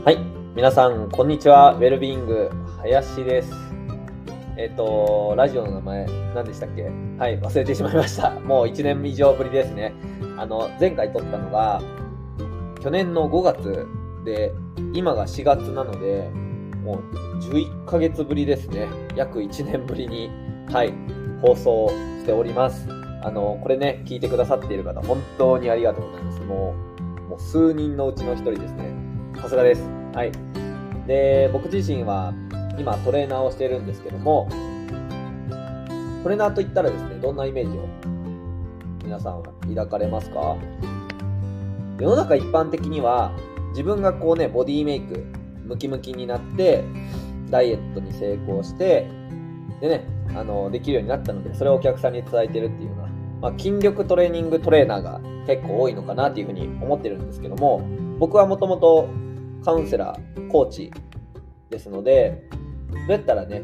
はい、皆さんこんにちは。ウェルビーイング林です。ラジオの名前何でしたっけ？はい、忘れてしまいました。もう1年以上ぶりですね。前回撮ったのが去年の5月で、今が4月なのでもう11ヶ月ぶりですね。約1年ぶりに放送しております。これね、聞いてくださっている方本当にありがとうございます。もう数人のうちの一人ですね。さすがです。はい。で、僕自身は今トレーナーをしているんですけども、トレーナーといったらですね、どんなイメージを皆さんは抱かれますか？世の中一般的には自分がボディメイクムキムキになってダイエットに成功してでね、できるようになったので、それをお客さんに伝えてるっていうような、筋力トレーニングトレーナーが結構多いのかなっていうふうに思ってるんですけども、僕はもともとカウンセラー、コーチですので、どうやったらね、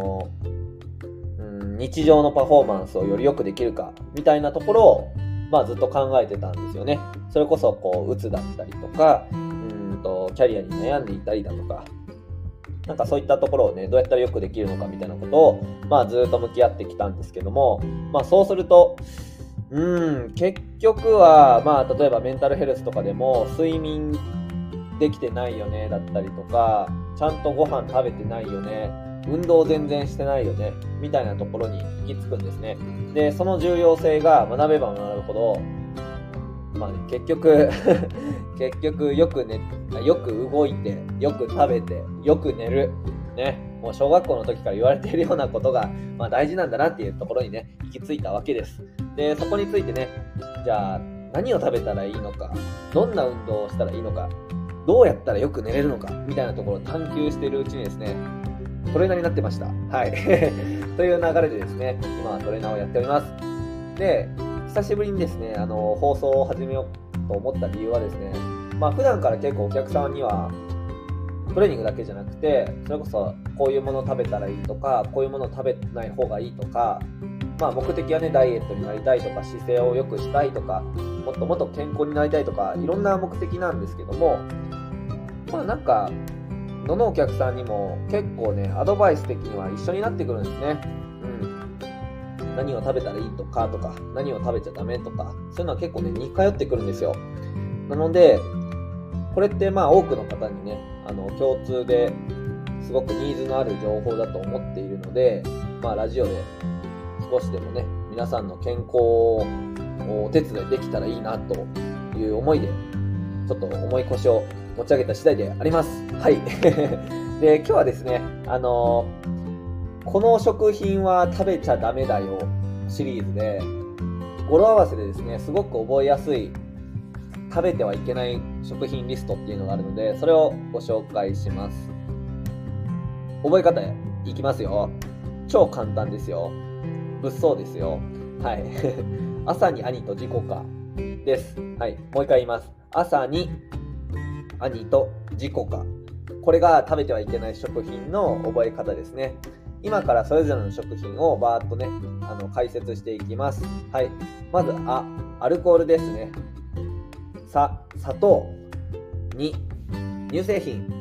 日常のパフォーマンスをより良くできるかみたいなところを、ずっと考えてたんですよね。それこそうつだったりとか、キャリアに悩んでいたりだとか、なんかそういったところをね、どうやったらよくできるのかみたいなことを、ずっと向き合ってきたんですけども、そうすると結局は、例えばメンタルヘルスとかでも睡眠できてないよねだったりとか、ちゃんとご飯食べてないよね、運動全然してないよねみたいなところに行き着くんですね。で、その重要性が学べば学ぶほど、結局よく動いて、よく食べて、よく寝るね、もう小学校の時から言われているようなことが、大事なんだなっていうところにね、行き着いたわけです。で、そこについてね、じゃあ何を食べたらいいのか、どんな運動をしたらいいのか、どうやったらよく寝れるのかみたいなところを探求しているうちにですね、トレーナーになってました。はいという流れでですね、今はトレーナーをやっております。で、久しぶりにですね、放送を始めようと思った理由はですね、普段から結構お客さんにはトレーニングだけじゃなくて、それこそこういうものを食べたらいいとか、こういうものを食べない方がいいとか、目的はね、ダイエットになりたいとか、姿勢を良くしたいとか、もっともっと健康になりたいとか、いろんな目的なんですけども、なんかどのお客さんにも結構ね、アドバイス的には一緒になってくるんですね。何を食べたらいいとか何を食べちゃダメとか、そういうのは結構ね、似通ってくるんですよ。なのでこれって多くの方にね、共通ですごくニーズのある情報だと思っているので、ラジオで少しでもね、皆さんの健康をお手伝いできたらいいなという思いで、ちょっと重い腰を持ち上げた次第であります。はいで、今日はですね、この食品は食べちゃダメだよシリーズで、語呂合わせでですね、すごく覚えやすい食べてはいけない食品リストっていうのがあるので、それをご紹介します。覚え方いきますよ。超簡単ですよ。物騒ですよ。はい朝に兄と自己化です。はい、もう一回言います。朝に兄と自己化、これが食べてはいけない食品の覚え方ですね。今からそれぞれの食品をバーッとね、解説していきます。はい、まずアルコールですね。砂糖、2、乳製品、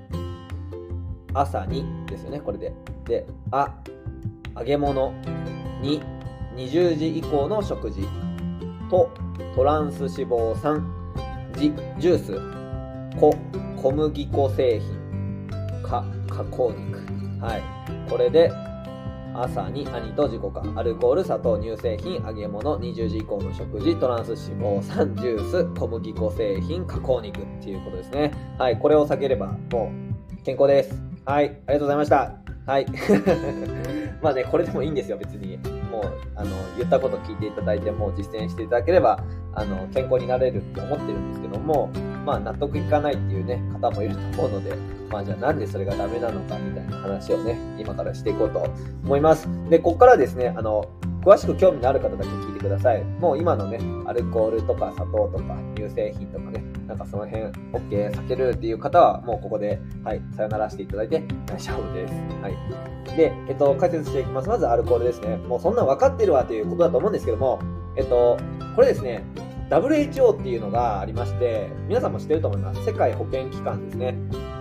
朝にですよね、これで。で、揚げ物、2、20時以降の食事、トランス脂肪酸、ジュース、小麦粉製品、加工肉。はい、これで朝に兄と自己化、アルコール、砂糖、乳製品、揚げ物、20時以降の食事、トランス脂肪酸、ジュース、小麦粉製品、加工肉っていうことですね。はい、これを避ければもう健康です。はい、ありがとうございました。はいこれでもいいんですよ、別に。もう言ったこと聞いていただいて、もう実践していただければ健康になれるって思ってるんですけども、納得いかないっていうね方もいると思うので、じゃあなんでそれがダメなのかみたいな話をね、今からしていこうと思います。で、ここからですね、詳しく興味のある方だけ聞いてください。もう今のね、アルコールとか砂糖とか乳製品とかね、なんかその辺 OK 避けるっていう方はもうここでさよならしていただいて大丈夫です。はい。で、解説していきます。まずアルコールですね。もうそんな分かってるわということだと思うんですけども、これですね、WHO っていうのがありまして、皆さんも知ってると思います。世界保健機関ですね。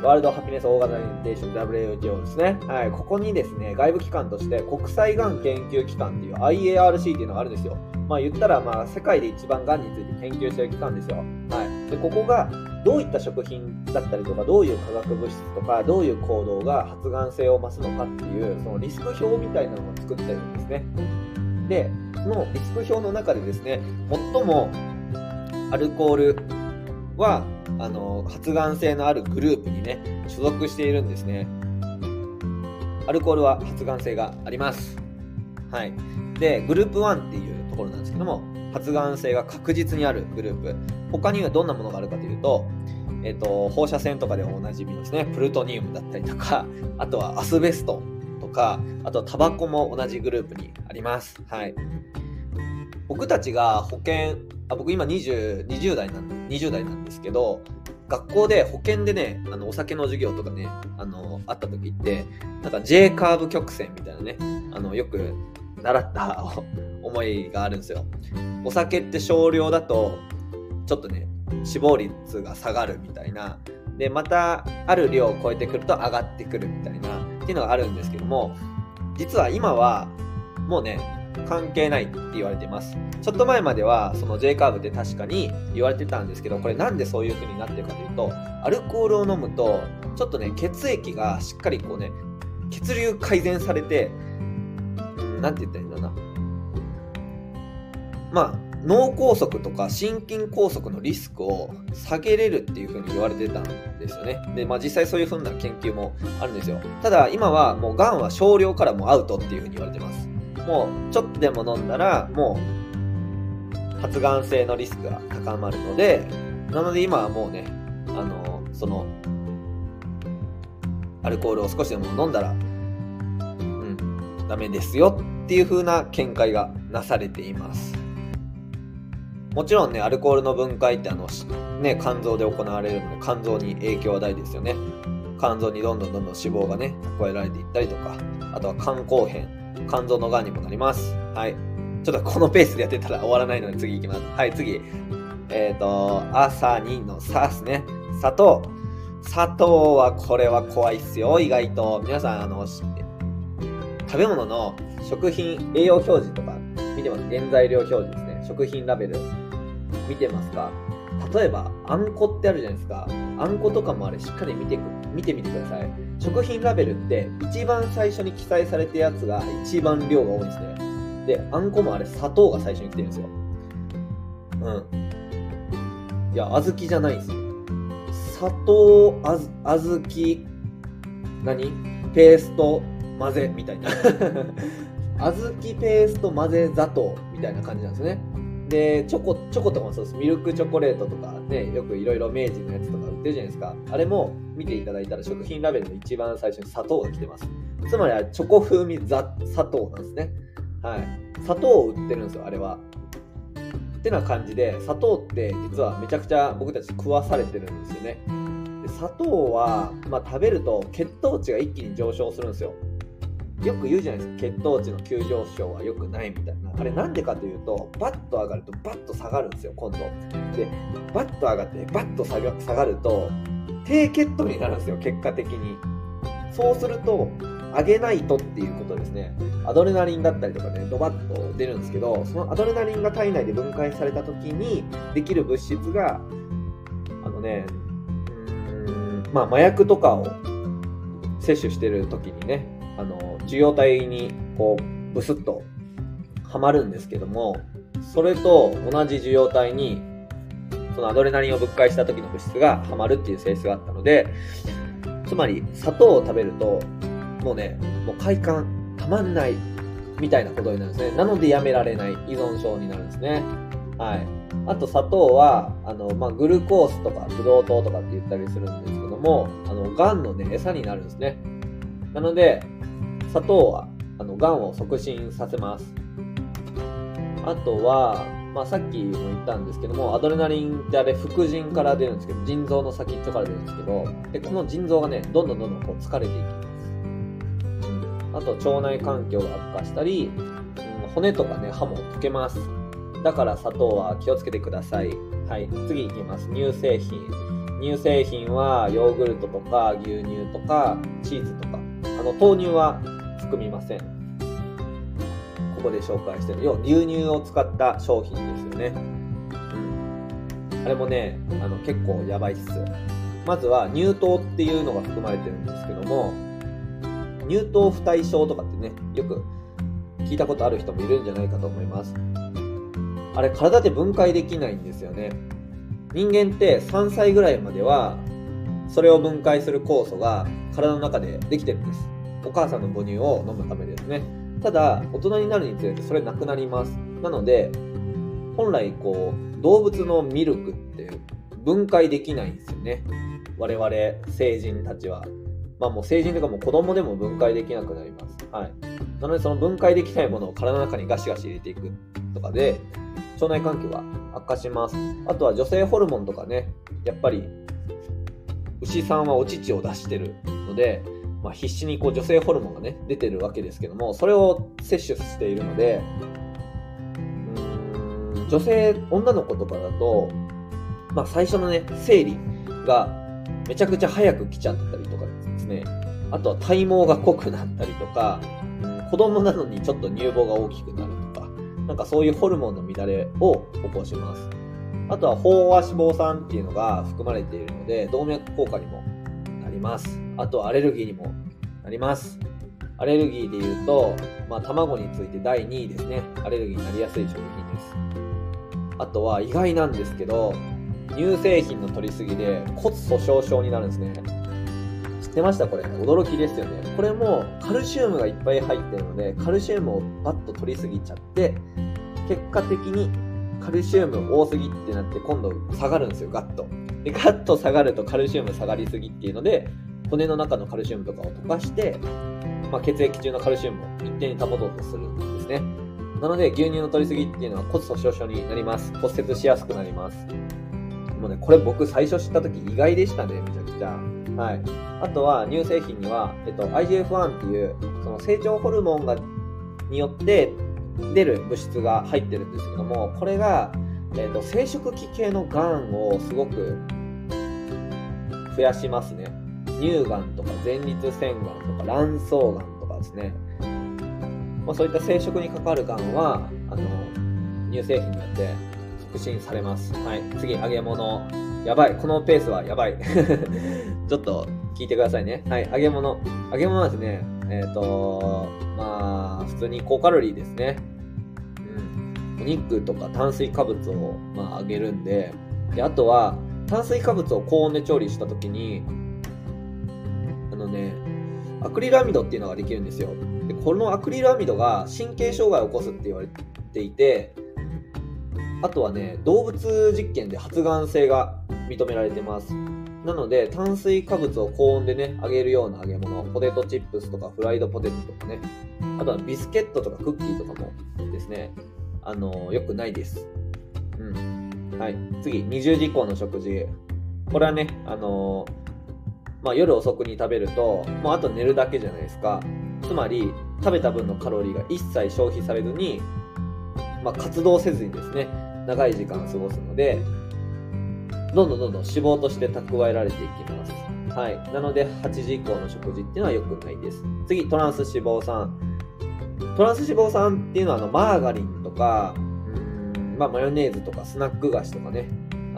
ワールドハピネスオーガナイゼーション WHO ですね。はい。ここにですね、外部機関として国際がん研究機関っていう IARC っていうのがあるんですよ。言ったら世界で一番がんについて研究してる機関ですよ。はい。で、ここがどういった食品だったりとか、どういう化学物質とか、どういう行動が発がん性を増すのかっていう、そのリスク表みたいなのを作ってるんですね。で、そのリスク表の中でですね、最もアルコールは発がん性のあるグループにね、所属しているんですね。アルコールは発がん性があります。はい。で、グループ1っていうところなんですけども、発がん性が確実にあるグループ。他にはどんなものがあるかというと、放射線とかでおなじみのですね、プルトニウムだったりとか、あとはアスベストとか、あとタバコも同じグループにあります。はい。僕たちが僕今20代なんですけど、学校で保健でね、お酒の授業とかね、あった時って、なんか J カーブ曲線みたいなね、よく習った思いがあるんですよ。お酒って少量だと、ちょっとね、死亡率が下がるみたいな。で、また、ある量を超えてくると上がってくるみたいな、っていうのがあるんですけども、実は今は、もうね、関係ないって言われています。ちょっと前まではその J カーブって確かに言われてたんですけど、これなんでそういう風になってるかというと、アルコールを飲むとちょっとね、血液がしっかりこうね、血流改善されて、なんて言ったらいいんだろうな、脳梗塞とか心筋梗塞のリスクを下げれるっていう風に言われてたんですよね。で、実際そういう風な研究もあるんですよ。ただ今はもうがんは少量からもアウトっていう風に言われてます。もうちょっとでも飲んだらもう発がん性のリスクが高まるので、なので今はもうね、そのアルコールを少しでも飲んだらダメですよっていう風な見解がなされています。もちろんね、アルコールの分解って肝臓で行われるので、肝臓に影響は大ですよね。肝臓にどんどん脂肪がね、蓄えられていったりとか、あとは肝硬変、肝臓のがんにもなります。はい。ちょっとこのペースでやってたら終わらないので次行きます。はい、次。朝にのさですね。砂糖はこれは怖いっすよ、意外と。皆さん、食べ物の食品栄養表示とか見てます？原材料表示ですね。食品ラベル見てますか？例えばあんこってあるじゃないですか。あんことかもあれしっかり見てみてください。食品ラベルって一番最初に記載されてるやつが一番量が多いんですね。で、あんこもあれ砂糖が最初に来てるんですよ。いや、小豆じゃないんですよ。砂糖、小豆、ペースト、混ぜみたいな。小豆ペースト混ぜ砂糖みたいな感じなんですね。で、チョコとかもそうです。ミルクチョコレートとかね、よくいろいろ明治のやつとか売ってるじゃないですか。あれも見ていただいたら食品ラベルの一番最初に砂糖が来てます。つまりチョコ風味砂糖なんですね。はい。砂糖を売ってるんですよ、あれは。ってな感じで、砂糖って実はめちゃくちゃ僕たち食わされてるんですよね。で、砂糖は、食べると血糖値が一気に上昇するんですよ。よく言うじゃないですか、血糖値の急上昇は良くないみたいな。あれなんでかというと、バッと上がるとバッと下がるんですよ、今度。で、バッと上がってバッと下がると低血糖になるんですよ、結果的に。そうすると上げないとっていうことですね。アドレナリンだったりとかね、ドバッと出るんですけど、そのアドレナリンが体内で分解された時にできる物質が麻薬とかを摂取してる時にね、受容体にこうブスッとはまるんですけども、それと同じ受容体にそのアドレナリンを分解した時の物質がはまるっていう性質があったので、つまり砂糖を食べるともう快感たまんないみたいなことになるんですね。なのでやめられない依存症になるんですね。はい。あと砂糖はグルコースとかブドウ糖とかって言ったりするんですけども、がんのね餌になるんですね。なので砂糖はがんを促進させます。あとはさっきも言ったんですけども、アドレナリンってあれ副腎から出るんですけど、腎臓の先っちょから出るんですけど、でこの腎臓がねどんどんこう疲れていきます。あと腸内環境が悪化したり、骨とかね歯も溶けます。だから砂糖は気をつけてください。はい、次いきます。乳製品。 乳製品はヨーグルトとか牛乳とかチーズとか、豆乳は含みません。ここで紹介してる要は牛乳を使った商品ですよね。あれもね、結構やばいっす。まずは乳糖っていうのが含まれてるんですけども、乳糖不対症とかってね、よく聞いたことある人もいるんじゃないかと思います。あれ、体で分解できないんですよね。人間って3歳ぐらいまではそれを分解する酵素が体の中でできてるんです。お母さんの母乳を飲むためですね。ただ大人になるにつれてそれなくなります。なので本来動物のミルクって分解できないんですよね。我々成人たちは、もう成人というかもう子供でも分解できなくなります。はい。なのでその分解できないものを体の中にガシガシ入れていくとかで腸内環境が悪化します。あとは女性ホルモンとかね、やっぱり牛さんはお乳を出してるので、必死に女性ホルモンがね出てるわけですけども、それを摂取しているので、女の子とかだと、最初のね生理がめちゃくちゃ早く来ちゃったりとかですね、あとは体毛が濃くなったりとか、子供なのにちょっと乳房が大きくなるとか、なんかそういうホルモンの乱れを起こします。あとは飽和脂肪酸っていうのが含まれているので動脈硬化にもなります。あとはアレルギーにもなります。アレルギーでいうと、卵について第2位ですね。アレルギーになりやすい食品です。あとは意外なんですけど、乳製品の摂りすぎで骨粗しょう症になるんですね。知ってました？これ驚きですよね。これもカルシウムがいっぱい入ってるので、カルシウムをバッと摂りすぎちゃって結果的にカルシウム多すぎってなって今度下がるんですよ。ガッと下がるとカルシウム下がりすぎっていうので骨の中のカルシウムとかを溶かして、血液中のカルシウムを一定に保とうとするんですね。なので牛乳の摂りすぎっていうのは骨粗しょう症になります。骨折しやすくなります。もうね、これ僕最初知った時意外でしたね。めちゃくちゃ。はい。あとは乳製品には、IGF-1 っていうその成長ホルモンによって出る物質が入ってるんですけども、これが、生殖器系のがんをすごく増やしますね。乳がんとか前立腺がんとか卵巣がんとかですね。そういった生殖に関わるがんは乳製品によって促進されます。はい。次、揚げ物。やばい。このペースはやばい。ちょっと聞いてくださいね。はい。揚げ物はですね、普通に高カロリーですね。お肉とか炭水化物を揚げるんで、あとは炭水化物を高温で調理した時にアクリルアミドっていうのができるんですよ。でこのアクリルアミドが神経障害を起こすって言われていて、あとはね、動物実験で発がん性が認められてます。なので炭水化物を高温でね揚げるような揚げ物、ポテトチップスとかフライドポテトとかね、あとはビスケットとかクッキーとかもですね、良くないです。はい。次、20時以降の食事。これはね、夜遅くに食べるとあと寝るだけじゃないですか。つまり食べた分のカロリーが一切消費されずに、活動せずにですね長い時間過ごすので、どんどん脂肪として蓄えられていきます。はい。なので8時以降の食事っていうのは良くないです。次、トランス脂肪酸。トランス脂肪酸っていうのはマーガリンとかマヨネーズとかスナック菓子とかね、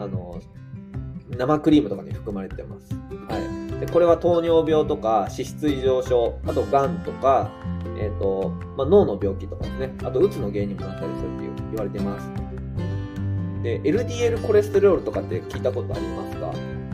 生クリームとかに含まれてます。はい。でこれは糖尿病とか脂質異常症、あとがんとか、脳の病気とかですね、あとうつの原因にもなったりするって言われてます。で LDL コレステロールとかって聞いたことありますか？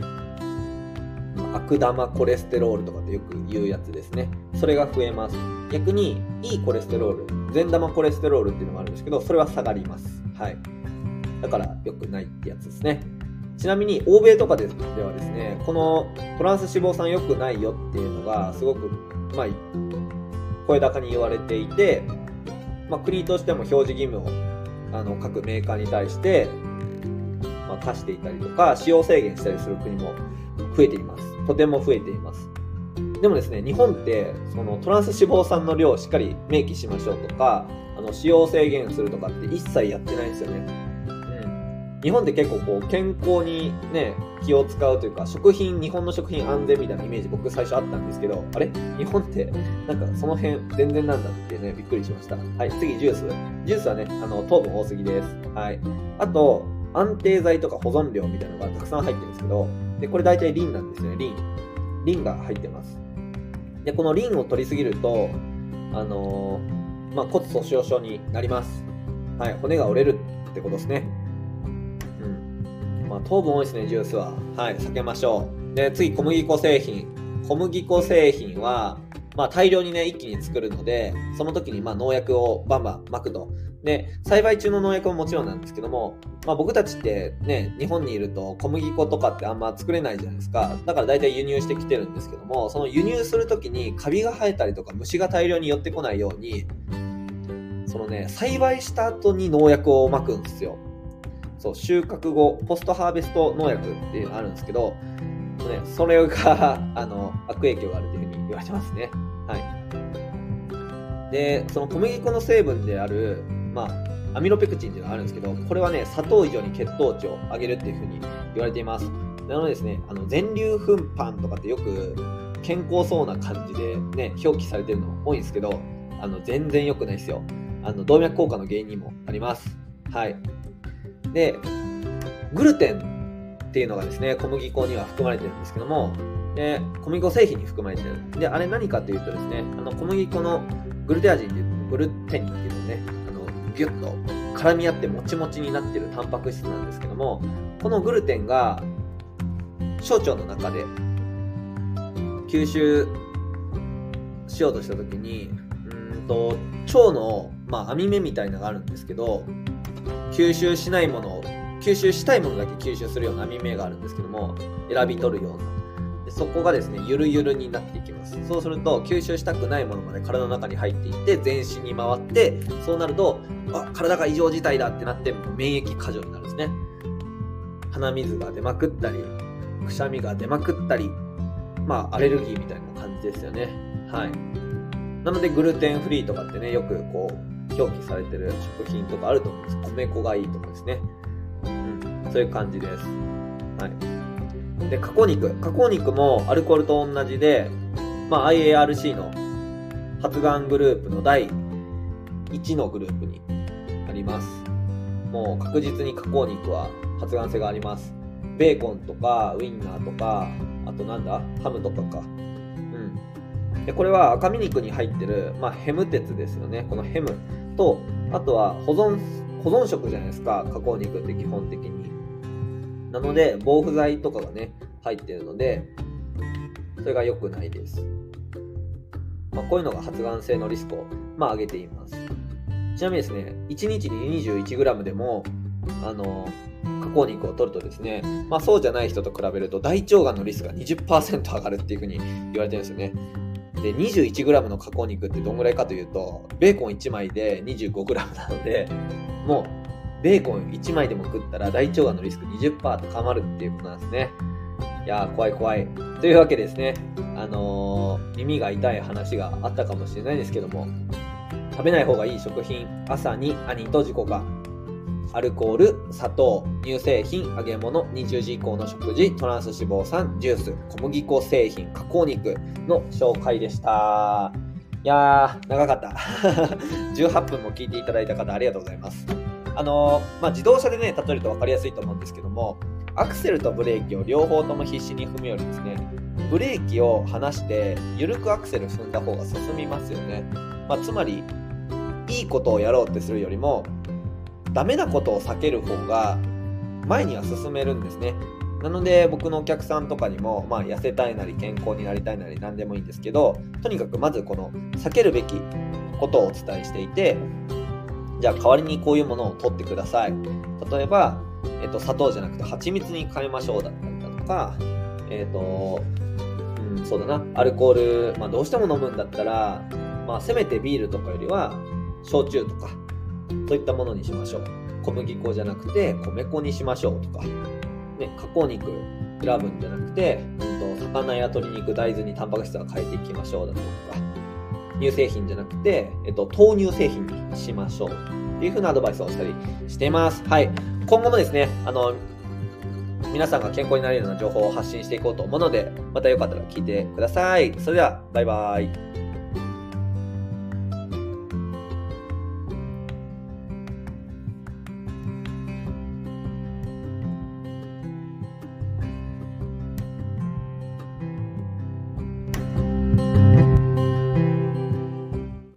悪玉コレステロールとかってよく言うやつですね。それが増えます。逆にいいコレステロール、善玉コレステロールっていうのがあるんですけど、それは下がります。はい。だから良くないってやつですね。ちなみに欧米とかではですね、このトランス脂肪酸良くないよっていうのがすごく声高に言われていて、国としても表示義務を各メーカーに対して課していたりとか使用制限したりする国も増えています。とても増えています。でもですね、日本ってそのトランス脂肪酸の量をしっかり明記しましょうとか、使用制限するとかって一切やってないんですよね。 日本って結構こう健康にね気を使うというか、日本の食品安全みたいなイメージ僕最初あったんですけど、あれ日本ってなんかその辺全然なんだってねびっくりしました。はい、次ジュースはね糖分多すぎです。はい、あと安定剤とか保存料みたいなのがたくさん入ってるんですけど、でこれ大体リンなんですよね。リンが入ってます。でこのリンを取りすぎると骨粗しょう症になります。はい、骨が折れるってことですね。糖分多いですね、ジュースは。はい、避けましょう。で、次、小麦粉製品。小麦粉製品は、大量にね、一気に作るので、その時に農薬をバンバン撒くと。で、栽培中の農薬ももちろんなんですけども、僕たちってね、日本にいると小麦粉とかってあんま作れないじゃないですか。だから大体輸入してきてるんですけども、その輸入する時にカビが生えたりとか虫が大量に寄ってこないように、そのね、栽培した後に農薬を撒くんですよ。そう、収穫後、ポストハーベスト農薬っていうのがあるんですけど、それが悪影響があるというふうに言われてますね。はい。で、その小麦粉の成分である、アミロペクチンっていうのがあるんですけど、これはね、砂糖以上に血糖値を上げるっていうふうに言われています。なのでですね、全粒粉パンとかってよく健康そうな感じでね、表記されてるの多いんですけど、全然良くないですよ。動脈硬化の原因にもなります。はい。で、グルテンっていうのがですね、小麦粉には含まれてるんですけども、で小麦粉製品に含まれてる。で、あれ何かというとですね、小麦粉のグルテアジンっていうグルテニンっていうのをね、ギュッと絡み合ってもちもちになってるタンパク質なんですけども、このグルテンが小腸の中で吸収しようとした時に、腸の網目みたいなのがあるんですけど、吸収したいものだけ吸収するような網目があるんですけども、選び取るような。でそこがですね、ゆるゆるになっていきます。そうすると吸収したくないものまで体の中に入っていって全身に回って、そうなると体が異常事態だってなって免疫過剰になるんですね。鼻水が出まくったり、くしゃみが出まくったり、アレルギーみたいな感じですよね。はい。なのでグルテンフリーとかってね、よくこう表記されてる食品とかあると思うんです。米粉がいいとかですね。そういう感じです。はい。で、加工肉もアルコールと同じで、IARC の発がんグループの第1のグループにあります。もう確実に加工肉は発がん性があります。ベーコンとかウインナーとか、あとハムとかか。でこれは赤身肉に入ってる、ヘム鉄ですよね。このヘムと、あとは保存食じゃないですか、加工肉って基本的に。なので防腐剤とかがね入ってるので、それが良くないです。こういうのが発がん性のリスクを上げています。ちなみにですね、1日に 21g でも加工肉を取るとですね、そうじゃない人と比べると大腸がんのリスクが 20% 上がるっていう風に言われてるんですよね。で 21g の加工肉ってどんぐらいかというと、ベーコン1枚で 25g なので、もうベーコン1枚でも食ったら大腸がんのリスク 20% 高まるっていうことなんですね。いやー、怖い。というわけですね、耳が痛い話があったかもしれないですけども、食べない方がいい食品、朝に兄と自己がアルコール、砂糖、乳製品、揚げ物、20時以降の食事、トランス脂肪酸、ジュース、小麦粉製品、加工肉の紹介でした。いやー、長かった。18分も聞いていただいた方ありがとうございます。自動車でね、例えると分かりやすいと思うんですけども、アクセルとブレーキを両方とも必死に踏むよりですね、ブレーキを離して緩くアクセル踏んだ方が進みますよね。つまりいいことをやろうってするよりもダメなことを避ける方が前には進めるんですね。なので僕のお客さんとかにも、痩せたいなり健康になりたいなり何でもいいんですけど、とにかくまずこの避けるべきことをお伝えしていて、じゃあ代わりにこういうものを取ってください。例えば、砂糖じゃなくて蜂蜜に変えましょうだったりだとか、そうだな、アルコール、どうしても飲むんだったら、せめてビールとかよりは焼酎とかそういったものにしましょう。小麦粉じゃなくて米粉にしましょうとか、加工肉選ぶんじゃなくて、魚や鶏肉、大豆にタンパク質を変えていきましょうだとか、乳製品じゃなくて、豆乳製品にしましょうっていう風なアドバイスをしたりしています。はい。今後もですね、皆さんが健康になれるような情報を発信していこうと思うので、またよかったら聞いてください。それでは、バイバイ。